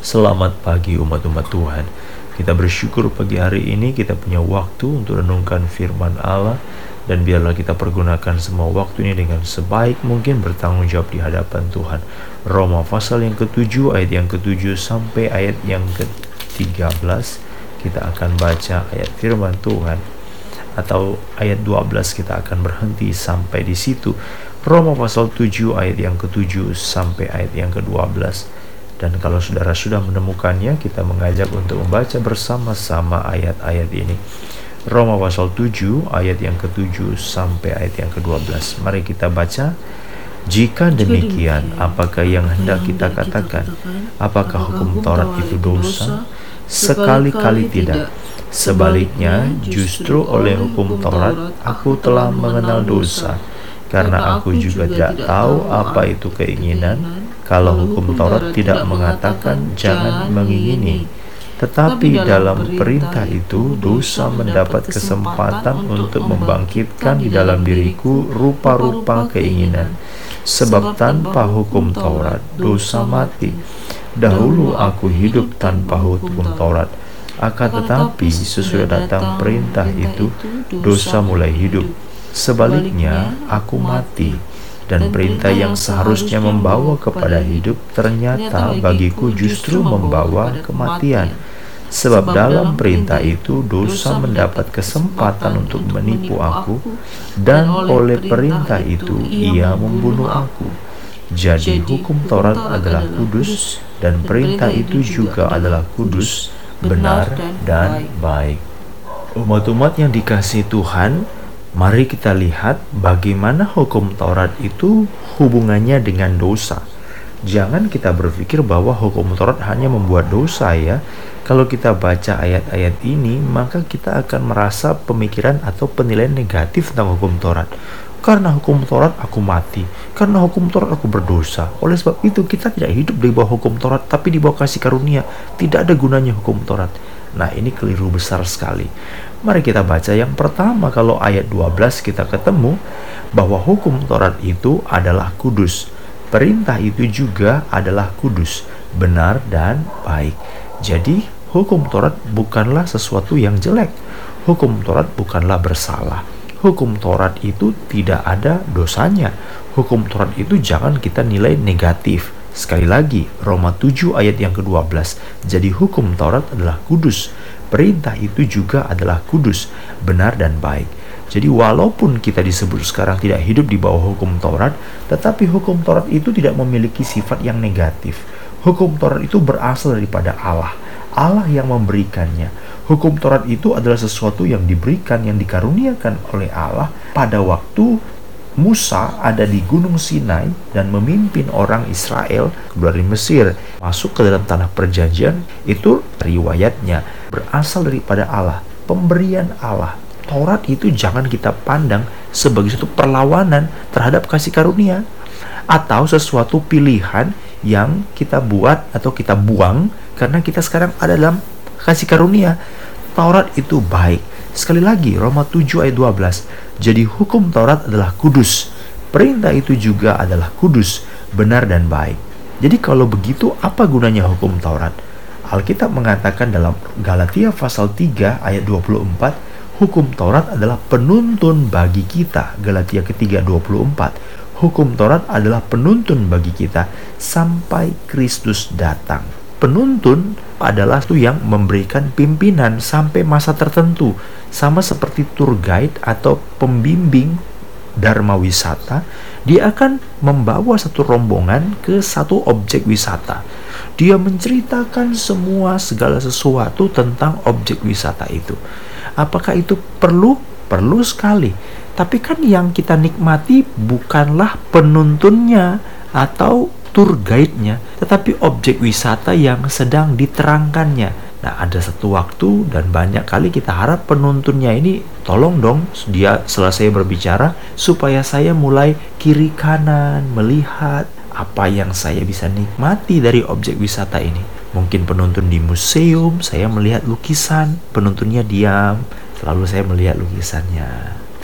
Selamat pagi umat-umat Tuhan. Kita bersyukur pagi hari ini kita punya waktu untuk renungkan firman Allah, dan biarlah kita pergunakan semua waktu ini dengan sebaik mungkin bertanggung jawab di hadapan Tuhan. Roma pasal yang ke-7 ayat yang ke-7 sampai ayat yang ke-13 kita akan baca ayat firman Tuhan, atau ayat 12 kita akan berhenti sampai di situ. Roma pasal 7 ayat yang ke-7 sampai ayat yang ke-12. Dan kalau saudara sudah menemukannya, kita mengajak untuk membaca bersama-sama ayat-ayat ini. Roma pasal 7 ayat yang ke-7 sampai ayat yang ke-12. Mari kita baca. Jika demikian, apakah yang hendak kita katakan? Apakah hukum Taurat itu dosa? Sekali-kali tidak. Sebaliknya, justru oleh hukum Taurat aku telah mengenal dosa, karena aku juga tidak tahu apa itu keinginan. Kalau hukum Taurat tidak mengatakan jangan mengingini, tetapi dalam perintah itu dosa mendapat kesempatan untuk membangkitkan di dalam diriku rupa-rupa keinginan. Sebab tanpa hukum Taurat dosa mati. Dahulu aku hidup tanpa hukum Taurat, akan tetapi sesudah datang perintah itu dosa mulai hidup. Sebaliknya aku mati, dan perintah yang seharusnya membawa kepada hidup ternyata bagiku justru membawa kematian. Sebab dalam perintah itu dosa mendapat kesempatan untuk menipu aku, dan oleh perintah itu ia membunuh aku. Jadi hukum Taurat adalah kudus, dan perintah itu juga adalah kudus, benar dan baik. Umat-umat yang dikasihi Tuhan, mari kita lihat bagaimana hukum Taurat itu hubungannya dengan dosa. Jangan kita berpikir bahwa hukum Taurat hanya membuat dosa ya. Kalau kita baca ayat-ayat ini, maka kita akan merasa pemikiran atau penilaian negatif tentang hukum Taurat. Karena hukum Taurat aku mati, karena hukum Taurat aku berdosa. Oleh sebab itu kita tidak hidup di bawah hukum Taurat, tapi di bawah kasih karunia. Tidak ada gunanya hukum Taurat. Nah, ini keliru besar sekali. Mari kita baca yang pertama. Kalau ayat 12 kita ketemu bahwa hukum Taurat itu adalah kudus. Perintah itu juga adalah kudus, benar dan baik. Jadi hukum Taurat bukanlah sesuatu yang jelek. Hukum Taurat bukanlah bersalah. Hukum Taurat itu tidak ada dosanya. Hukum Taurat itu jangan kita nilai negatif. Sekali lagi, Roma 7 ayat yang ke-12. Jadi hukum Taurat adalah kudus. Perintah itu juga adalah kudus, benar dan baik. Jadi walaupun kita disebut sekarang tidak hidup di bawah hukum Taurat, tetapi hukum Taurat itu tidak memiliki sifat yang negatif. Hukum Taurat itu berasal daripada Allah. Allah yang memberikannya. Hukum Taurat itu adalah sesuatu yang diberikan, yang dikaruniakan oleh Allah pada waktu Musa ada di Gunung Sinai dan memimpin orang Israel dari Mesir masuk ke dalam tanah perjanjian. Itu riwayatnya berasal daripada Allah, pemberian Allah. Taurat itu jangan kita pandang sebagai suatu perlawanan terhadap kasih karunia, atau sesuatu pilihan yang kita buat atau kita buang karena kita sekarang ada dalam kasih karunia. Taurat itu baik. Sekali lagi, Roma 7 ayat 12. Jadi hukum Taurat adalah kudus. Perintah itu juga adalah kudus, benar dan baik. Jadi kalau begitu, apa gunanya hukum Taurat? Alkitab mengatakan dalam Galatia pasal 3 ayat 24, hukum Taurat adalah penuntun bagi kita. Galatia ketiga 24. Hukum Taurat adalah penuntun bagi kita sampai Kristus datang. Penuntun adalah itu yang memberikan pimpinan sampai masa tertentu, sama seperti tour guide atau pembimbing dharma wisata. Dia akan membawa satu rombongan ke satu objek wisata. Dia menceritakan semua segala sesuatu tentang objek wisata itu. Apakah itu perlu? Perlu sekali. Tapi kan yang kita nikmati bukanlah penuntunnya atau tour guide-nya, tetapi objek wisata yang sedang diterangkannya. Nah, ada satu waktu dan banyak kali kita harap penuntunnya ini, tolong dong dia selesai berbicara supaya saya mulai kiri kanan melihat apa yang saya bisa nikmati dari objek wisata ini. Mungkin penuntun di museum, saya melihat lukisan, penuntunnya diam, lalu saya melihat lukisannya.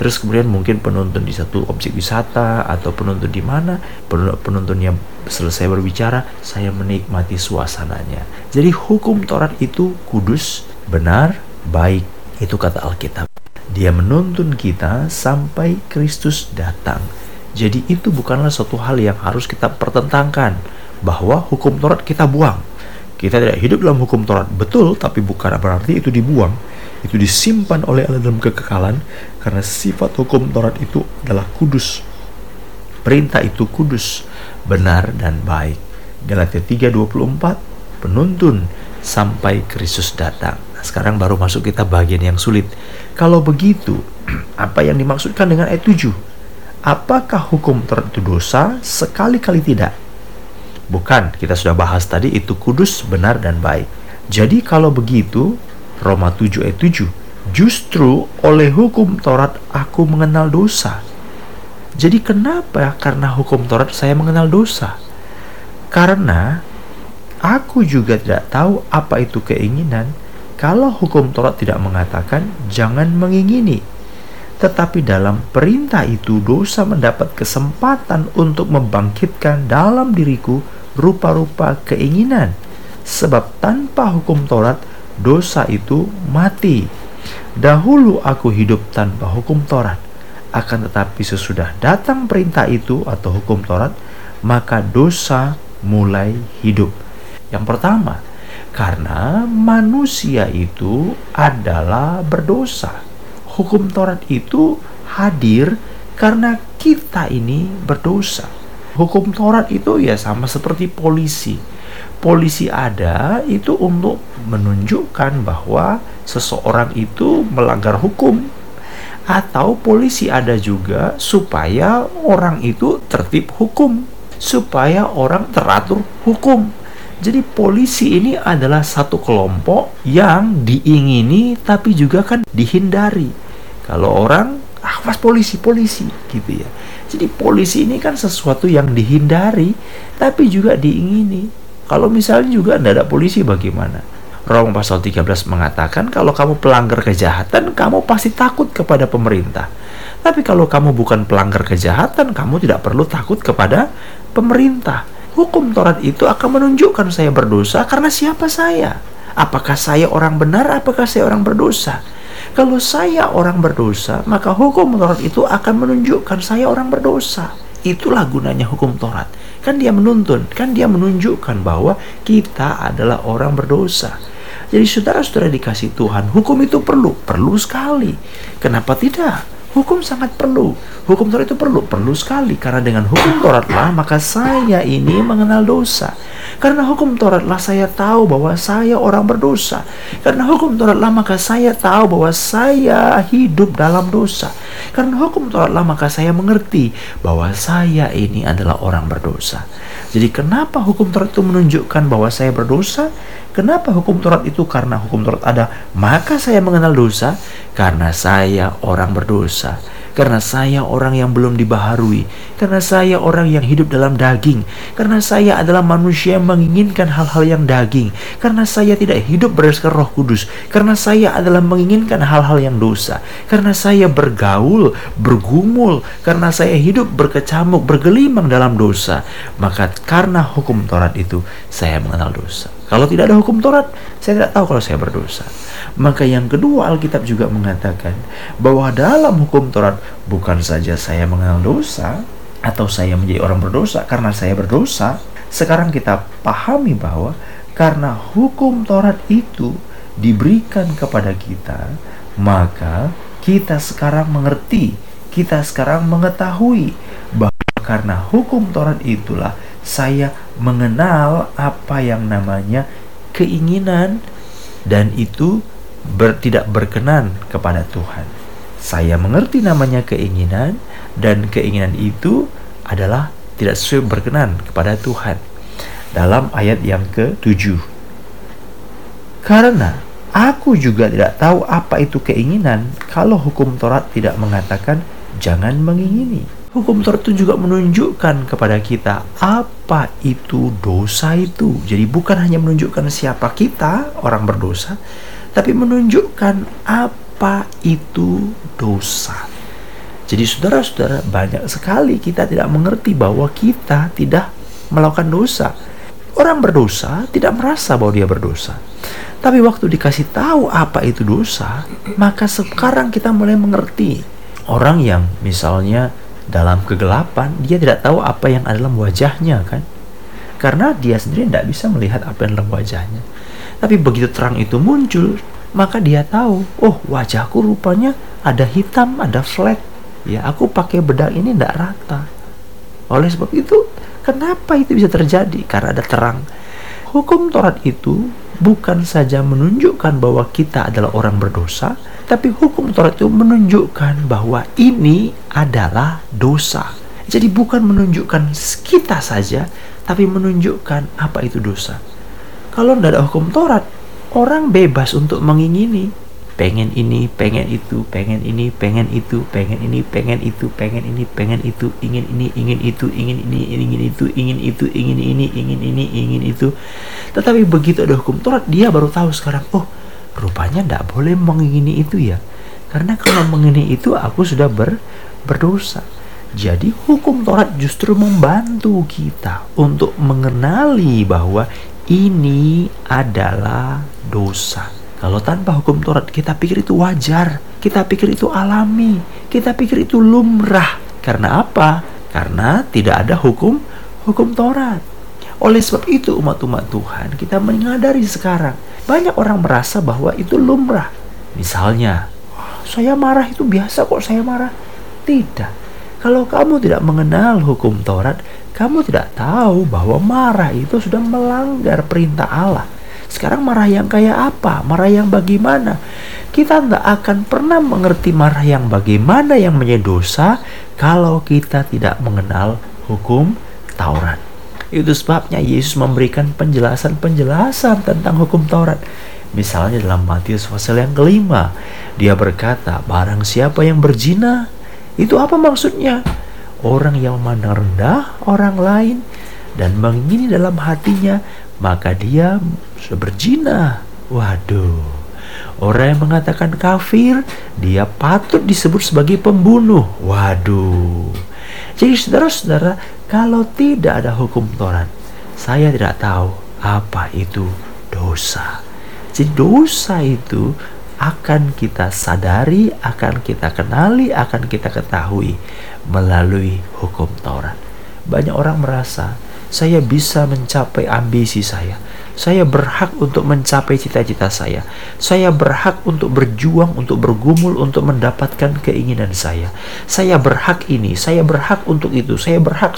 Terus kemudian mungkin penuntun di satu objek wisata atau penuntun di mana, penuntunnya selesai berbicara, saya menikmati suasananya. Jadi hukum Taurat itu kudus, benar, baik. Itu kata Alkitab. Dia menuntun kita sampai Kristus datang. Jadi itu bukanlah suatu hal yang harus kita pertentangkan, bahwa hukum Taurat kita buang. Kita tidak hidup dalam hukum Taurat, betul, tapi bukan berarti itu dibuang. Itu disimpan oleh Allah dalam kekekalan, karena sifat hukum Taurat itu adalah kudus. Perintah itu kudus, benar, dan baik. Galatia 3:24, penuntun sampai Kristus datang. Nah, sekarang baru masuk kita bagian yang sulit. Kalau begitu, apa yang dimaksudkan dengan ayat 7? Apakah hukum Taurat itu dosa? Sekali-kali tidak. Bukan, kita sudah bahas tadi, itu kudus, benar, dan baik. Jadi kalau begitu, Roma 7 ayat 7, justru oleh hukum Taurat aku mengenal dosa. Jadi kenapa? Karena hukum Taurat saya mengenal dosa. Karena aku juga tidak tahu apa itu keinginan. Kalau hukum Taurat tidak mengatakan jangan mengingini, tetapi dalam perintah itu dosa mendapat kesempatan untuk membangkitkan dalam diriku rupa-rupa keinginan. Sebab tanpa hukum Taurat, dosa itu mati. Dahulu aku hidup tanpa hukum Taurat, akan tetapi sesudah datang perintah itu atau hukum Taurat, maka dosa mulai hidup. Yang pertama, karena manusia itu adalah berdosa. Hukum Taurat itu hadir karena kita ini berdosa. Hukum Taurat itu ya sama seperti polisi. Polisi ada itu untuk menunjukkan bahwa seseorang itu melanggar hukum. Atau polisi ada juga supaya orang itu tertib hukum, supaya orang teratur hukum. Jadi polisi ini adalah satu kelompok yang diingini tapi juga kan dihindari. Kalau orang, awas polisi gitu ya. Jadi polisi ini kan sesuatu yang dihindari tapi juga diingini. Kalau misalnya juga tidak ada polisi, bagaimana? Roma pasal 13 mengatakan kalau kamu pelanggar kejahatan, kamu pasti takut kepada pemerintah. Tapi kalau kamu bukan pelanggar kejahatan, kamu tidak perlu takut kepada pemerintah. Hukum Taurat itu akan menunjukkan saya berdosa karena siapa saya. Apakah saya orang benar, apakah saya orang berdosa? Kalau saya orang berdosa, maka hukum Taurat itu akan menunjukkan saya orang berdosa. Itulah gunanya hukum Taurat. Kan dia menuntun, kan dia menunjukkan bahwa kita adalah orang berdosa. Jadi saudara-saudara dikasih Tuhan, hukum itu perlu sekali. Kenapa tidak? Hukum sangat perlu. Hukum Taurat itu perlu sekali. Karena dengan hukum Tauratlah maka saya ini mengenal dosa. Karena hukum Tauratlah saya tahu bahwa saya orang berdosa. Karena hukum Tauratlah maka saya tahu bahwa saya hidup dalam dosa. Karena hukum Tauratlah maka saya mengerti bahwa saya ini adalah orang berdosa. Jadi kenapa hukum Taurat itu menunjukkan bahwa saya berdosa? Kenapa hukum Taurat itu? Karena hukum Taurat ada, maka saya mengenal dosa. Karena saya orang berdosa. Karena saya orang yang belum dibaharui. Karena saya orang yang hidup dalam daging. Karena saya adalah manusia yang menginginkan hal-hal yang daging. Karena saya tidak hidup berdasarkan Roh Kudus. Karena saya adalah menginginkan hal-hal yang dosa. Karena saya bergaul, bergumul. Karena saya hidup berkecamuk, bergelimang dalam dosa. Maka karena hukum Taurat itu, saya mengenal dosa. Kalau tidak ada hukum Taurat, saya tidak tahu kalau saya berdosa. Maka yang kedua, Alkitab juga mengatakan bahwa dalam hukum Taurat bukan saja saya mengenal dosa atau saya menjadi orang berdosa karena saya berdosa. Sekarang kita pahami bahwa karena hukum Taurat itu diberikan kepada kita, maka kita sekarang mengerti, kita sekarang mengetahui bahwa karena hukum Taurat itulah saya mengenal apa yang namanya keinginan, dan itu tidak berkenan kepada Tuhan. Saya mengerti namanya keinginan, dan keinginan itu adalah tidak sesuai berkenan kepada Tuhan. Dalam ayat yang ke-7, karena aku juga tidak tahu apa itu keinginan kalau hukum Taurat tidak mengatakan jangan mengingini. Hukum Taurat itu juga menunjukkan kepada kita apa itu dosa itu. Jadi bukan hanya menunjukkan siapa kita, orang berdosa, tapi menunjukkan apa itu dosa. Jadi saudara-saudara, banyak sekali kita tidak mengerti bahwa kita tidak melakukan dosa. Orang berdosa tidak merasa bahwa dia berdosa. Tapi waktu dikasih tahu apa itu dosa, maka sekarang kita mulai mengerti. Orang yang misalnya dalam kegelapan, dia tidak tahu apa yang ada dalam wajahnya kan. Karena dia sendiri tidak bisa melihat apa yang dalam wajahnya. Tapi begitu terang itu muncul, maka dia tahu, oh wajahku rupanya ada hitam, ada flek. Ya, aku pakai bedak ini tidak rata. Oleh sebab itu, kenapa itu bisa terjadi? Karena ada terang. Hukum Taurat itu bukan saja menunjukkan bahwa kita adalah orang berdosa, tapi hukum Taurat itu menunjukkan bahwa ini adalah dosa. Jadi bukan menunjukkan kita saja, tapi menunjukkan apa itu dosa. Kalau tidak ada hukum Taurat, orang bebas untuk mengingini. Pengen ini, pengen itu, pengen ini, pengen itu, pengen ini, pengen itu, pengen ini, pengen itu, ingin ini, ingin itu, ingin ini, ingin itu, ingin itu, ingin ini, ingin ini, ingin itu. Tetapi begitu ada hukum Taurat, dia baru tahu sekarang, oh rupanya tidak boleh mengingini itu ya. Karena kalau mengingini itu aku sudah berdosa. Jadi hukum Taurat justru membantu kita untuk mengenali bahwa ini adalah dosa. Kalau tanpa hukum Taurat, kita pikir itu wajar, kita pikir itu alami, kita pikir itu lumrah. Karena apa? Karena tidak ada hukum Taurat. Oleh sebab itu umat-umat Tuhan, kita menyadari sekarang, banyak orang merasa bahwa itu lumrah. Misalnya, saya marah itu biasa kok saya marah. Tidak. Kalau kamu tidak mengenal hukum Taurat, kamu tidak tahu bahwa marah itu sudah melanggar perintah Allah. Sekarang marah yang kayak apa? Marah yang bagaimana? Kita nggak akan pernah mengerti marah yang bagaimana yang menjadi dosa kalau kita tidak mengenal hukum Taurat. Itu sebabnya Yesus memberikan penjelasan-penjelasan tentang hukum Taurat. Misalnya dalam Matius pasal yang ke-5, dia berkata, barang siapa yang berzina, itu apa maksudnya? Orang yang memandang rendah orang lain dan mengingini dalam hatinya, maka dia sudah berzina. Waduh. Orang yang mengatakan kafir, dia patut disebut sebagai pembunuh. Waduh. Jadi saudara-saudara, kalau tidak ada hukum Taurat, saya tidak tahu apa itu dosa. Jadi dosa itu akan kita sadari, akan kita kenali, akan kita ketahui melalui hukum Taurat. Banyak orang merasa, saya bisa mencapai ambisi saya berhak untuk mencapai cita-cita saya berhak untuk berjuang, untuk bergumul, untuk mendapatkan keinginan saya berhak ini, saya berhak untuk itu, saya berhak.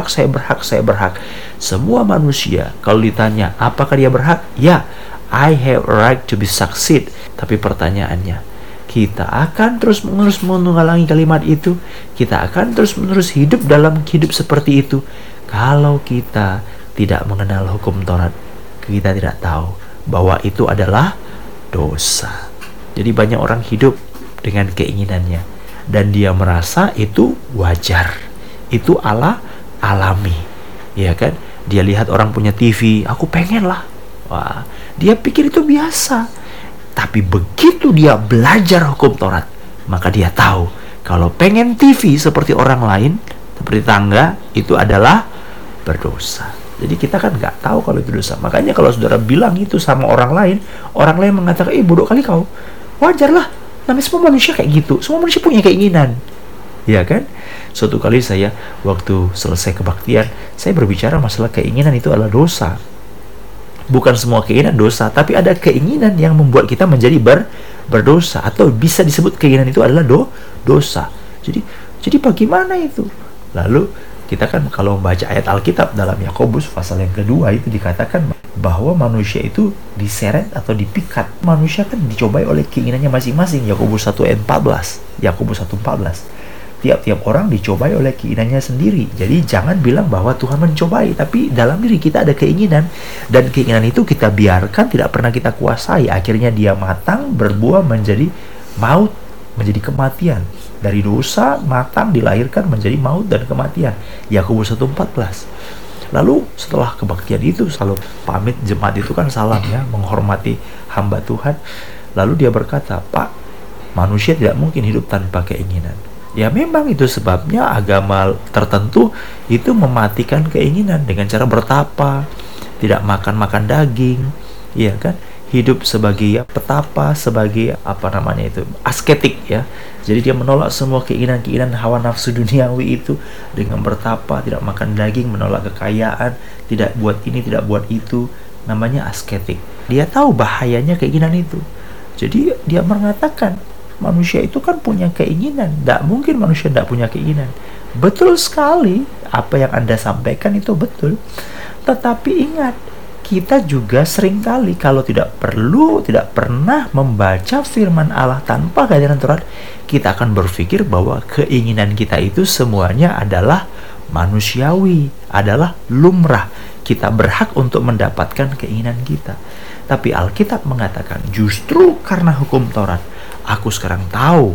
Semua manusia kalau ditanya apakah dia berhak, ya, I have a right to be succeed. Tapi pertanyaannya, kita akan terus-menerus mengulangi kalimat itu, kita akan terus-menerus hidup dalam hidup seperti itu. Kalau kita tidak mengenal hukum Taurat, kita tidak tahu bahwa itu adalah dosa. Jadi banyak orang hidup dengan keinginannya dan dia merasa itu wajar, itu alami, ya kan? Dia lihat orang punya TV, aku pengen lah. Wah, dia pikir itu biasa. Tapi begitu dia belajar hukum Taurat, maka dia tahu kalau pengen TV seperti orang lain, seperti tangga, itu adalah berdosa. Jadi kita kan nggak tahu kalau itu dosa. Makanya kalau saudara bilang itu sama orang lain mengatakan, bodoh kali kau. Wajar lah, namanya semua manusia kayak gitu. Semua manusia punya keinginan, ya kan? Suatu kali saya waktu selesai kebaktian, saya berbicara masalah keinginan itu adalah dosa. Bukan semua keinginan dosa, tapi ada keinginan yang membuat kita menjadi berdosa, atau bisa disebut keinginan itu adalah dosa. Jadi bagaimana itu? Lalu kita kan kalau membaca ayat Alkitab dalam Yakobus pasal yang kedua itu dikatakan bahwa manusia itu diseret atau dipikat. Manusia kan dicobai oleh keinginannya masing-masing. Yakobus 1 ayat 14. Yakobus 1:14. Tiap-tiap orang dicobai oleh keinginannya sendiri. Jadi jangan bilang bahwa Tuhan mencobai, tapi dalam diri kita ada keinginan, dan keinginan itu kita biarkan, tidak pernah kita kuasai. Akhirnya dia matang, berbuah menjadi maut, menjadi kematian. Dari dosa matang dilahirkan menjadi maut dan kematian. Yakobus 1:14. Lalu setelah kebaktian itu selalu pamit, jemaat itu kan salam ya, menghormati hamba Tuhan. Lalu dia berkata, Pak, manusia tidak mungkin hidup tanpa keinginan. Ya memang itu sebabnya agama tertentu itu mematikan keinginan dengan cara bertapa, tidak makan daging, ya kan? Hidup sebagai petapa, sebagai asketik ya. Jadi dia menolak semua keinginan-keinginan hawa nafsu duniawi itu dengan bertapa, tidak makan daging, menolak kekayaan, tidak buat ini, tidak buat itu, namanya asketik. Dia tahu bahayanya keinginan itu. Jadi dia mengatakan manusia itu kan punya keinginan, tidak mungkin manusia tidak punya keinginan. Betul sekali, apa yang Anda sampaikan itu betul. Tetapi ingat, kita juga seringkali kalau tidak pernah membaca firman Allah tanpa kehadiran Tuhan, kita akan berpikir bahwa keinginan kita itu semuanya adalah manusiawi, adalah lumrah. Kita berhak untuk mendapatkan keinginan kita. Tapi Alkitab mengatakan justru karena hukum Taurat, aku sekarang tahu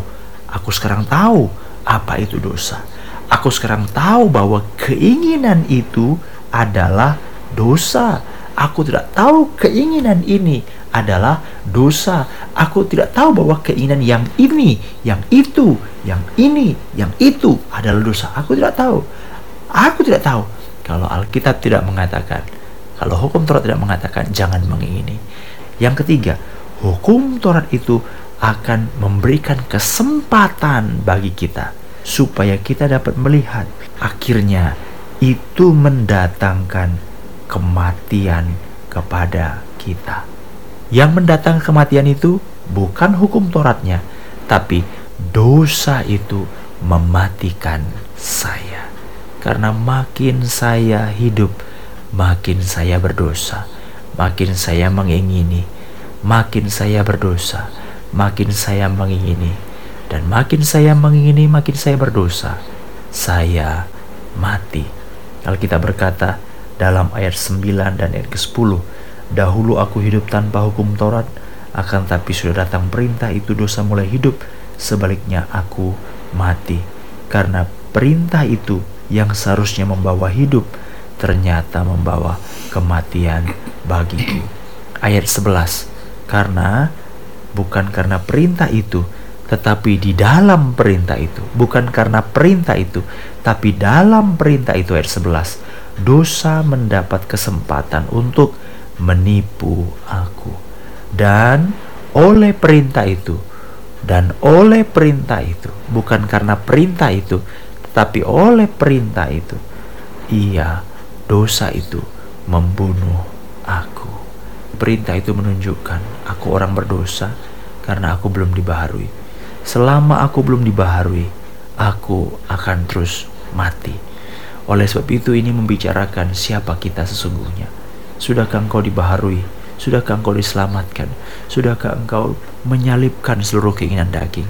apa itu dosa. Aku sekarang tahu bahwa keinginan itu adalah dosa. Aku tidak tahu keinginan ini adalah dosa. Aku tidak tahu bahwa keinginan yang ini, yang itu, yang ini, yang itu adalah dosa. Aku tidak tahu. Kalau Alkitab tidak mengatakan, kalau hukum Taurat tidak mengatakan jangan mengingini. Yang ketiga, hukum Taurat itu akan memberikan kesempatan bagi kita supaya kita dapat melihat. Akhirnya itu mendatangkan kematian kepada kita. Yang mendatangkan kematian itu bukan hukum Tauratnya, tapi dosa itu mematikan saya. Karena makin saya hidup, makin saya berdosa, makin saya mengingini, makin saya berdosa, makin saya mengingini, dan makin saya mengingini, makin saya berdosa, saya mati. Alkitab berkata dalam ayat 9 dan ayat ke-10, dahulu aku hidup tanpa hukum Taurat, akan tapi sudah datang perintah itu dosa mulai hidup, sebaliknya aku mati. Karena perintah itu yang seharusnya membawa hidup, ternyata membawa kematian bagiku. Ayat 11, bukan karena perintah itu, tetapi di dalam perintah itu, bukan karena perintah itu, tapi dalam perintah itu, ayat 11, dosa mendapat kesempatan untuk menipu aku. Dan oleh perintah itu, bukan karena perintah itu, tetapi oleh perintah itu, dosa itu membunuh aku. Perintah itu menunjukkan aku orang berdosa karena aku belum dibaharui. Selama aku belum dibaharui, aku akan terus mati. Oleh sebab itu ini membicarakan siapa kita sesungguhnya. Sudahkah engkau dibaharui? Sudahkah engkau diselamatkan? Sudahkah engkau menyalibkan seluruh keinginan daging?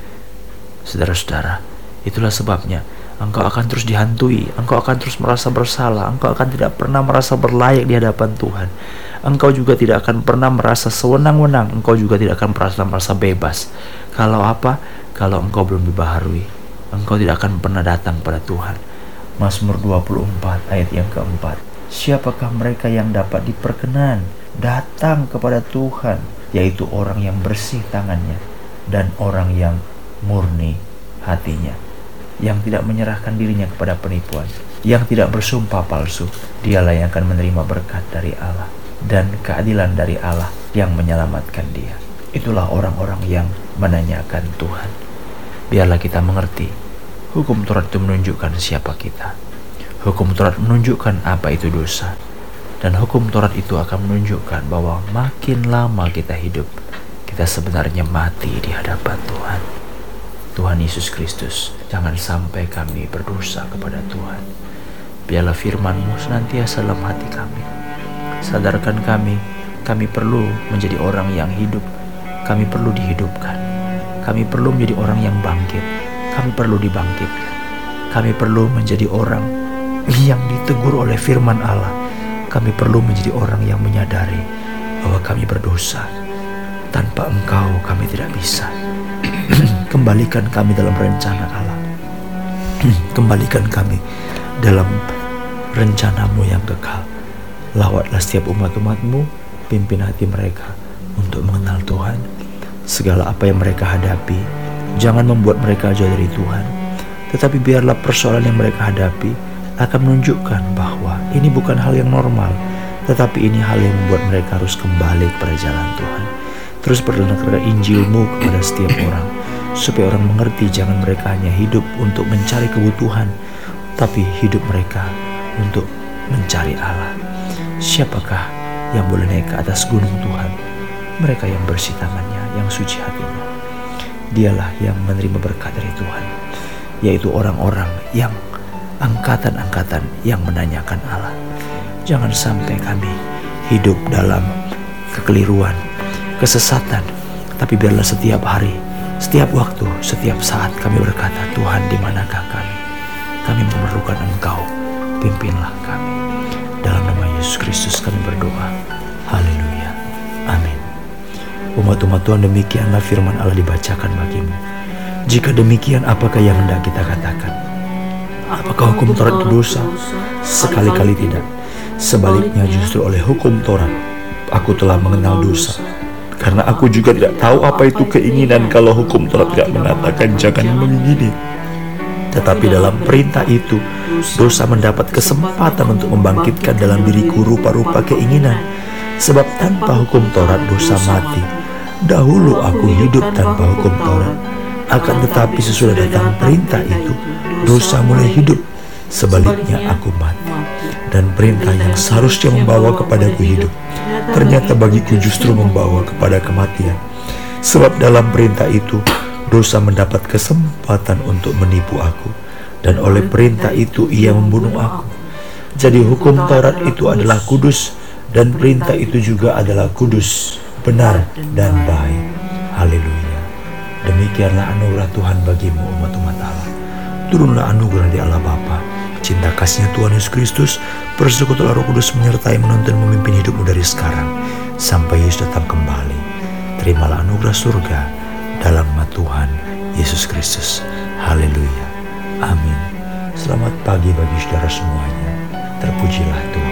Saudara-saudara, itulah sebabnya engkau akan terus dihantui, engkau akan terus merasa bersalah, engkau akan tidak pernah merasa berlayak di hadapan Tuhan. Engkau juga tidak akan pernah merasa sewenang-wenang, engkau juga tidak akan merasa bebas. Kalau engkau belum dibaharui, engkau tidak akan pernah datang pada Tuhan. Mazmur 24 ayat yang keempat. Siapakah mereka yang dapat diperkenan datang kepada Tuhan, yaitu orang yang bersih tangannya dan orang yang murni hatinya, yang tidak menyerahkan dirinya kepada penipuan, yang tidak bersumpah palsu. Dialah yang akan menerima berkat dari Allah dan keadilan dari Allah yang menyelamatkan dia. Itulah orang-orang yang menanyakan Tuhan. Biarlah kita mengerti, hukum Taurat itu menunjukkan siapa kita. Hukum Taurat menunjukkan apa itu dosa. Dan hukum Taurat itu akan menunjukkan bahwa makin lama kita hidup, kita sebenarnya mati di hadapan Tuhan. Tuhan Yesus Kristus, jangan sampai kami berdosa kepada Tuhan. Biarlah firman-Mu senantiasa dalam hati kami. Sadarkan kami perlu menjadi orang yang hidup. Kami perlu dihidupkan. Kami perlu menjadi orang yang bangkit. Kami perlu dibangkitkan. Kami perlu menjadi orang yang ditegur oleh firman Allah. Kami perlu menjadi orang yang menyadari bahwa kami berdosa. Tanpa Engkau kami tidak bisa. Kembalikan kami dalam rencana Allah. Kembalikan kami dalam rencana-Mu yang kekal. Lawatlah setiap umat-umat-Mu, pimpin hati mereka untuk mengenal Tuhan. Segala apa yang mereka hadapi, Jangan membuat mereka jauh dari Tuhan, tetapi biarlah persoalan yang mereka hadapi akan menunjukkan bahwa ini bukan hal yang normal, tetapi ini hal yang membuat mereka harus kembali kepada jalan Tuhan. Terus perdengarkan Injil-Mu kepada setiap orang, supaya orang mengerti jangan mereka hanya hidup untuk mencari kebutuhan, tapi hidup mereka untuk mencari Allah. Siapakah yang boleh naik ke atas gunung Tuhan? Mereka yang bersih tangannya, yang suci hatinya. Dialah yang menerima berkat dari Tuhan, yaitu orang-orang yang angkatan-angkatan yang menanyakan Allah. Jangan sampai kami hidup dalam kekeliruan, kesesatan, tapi biarlah setiap hari, setiap waktu, setiap saat kami berkata, Tuhan, di manakah kami? Kami memerlukan Engkau, pimpinlah kami. Dalam nama Yesus Kristus kami berdoa. Haleluya. Amin. Umat-umat Tuhan, demikianlah firman Allah dibacakan bagimu. Jika demikian, apakah yang hendak kita katakan? Apakah hukum Taurat itu dosa? Sekali-kali tidak. Sebaliknya, justru oleh hukum Taurat aku telah mengenal dosa. Karena aku juga tidak tahu apa itu keinginan kalau hukum Taurat tidak mengatakan jangan mengingini. Tetapi dalam perintah itu, dosa mendapat kesempatan untuk membangkitkan dalam diriku rupa-rupa keinginan. Sebab tanpa hukum Taurat dosa mati. Dahulu aku hidup tanpa hukum Taurat, akan tetapi sesudah datang perintah itu, dosa mulai hidup. Sebaliknya aku mati, dan perintah yang seharusnya membawa kepadaku hidup, ternyata bagiku justru membawa kepada kematian. Sebab dalam perintah itu, dosa mendapat kesempatan untuk menipu aku, dan oleh perintah itu ia membunuh aku. Jadi hukum Taurat itu adalah kudus, dan perintah itu juga adalah kudus, benar dan baik. Haleluya. Demikianlah anugerah Tuhan bagimu, umat-umat Allah. Turunlah anugerah di Allah Bapa, cinta kasihnya Tuhan Yesus Kristus, persekutuan Roh Kudus menyertai, menuntun, memimpin hidupmu dari sekarang sampai Yesus datang kembali. Terimalah anugerah surga dalam nama Tuhan Yesus Kristus. Haleluya. Amin. Selamat pagi bagi saudara semuanya. Terpujilah Tuhan.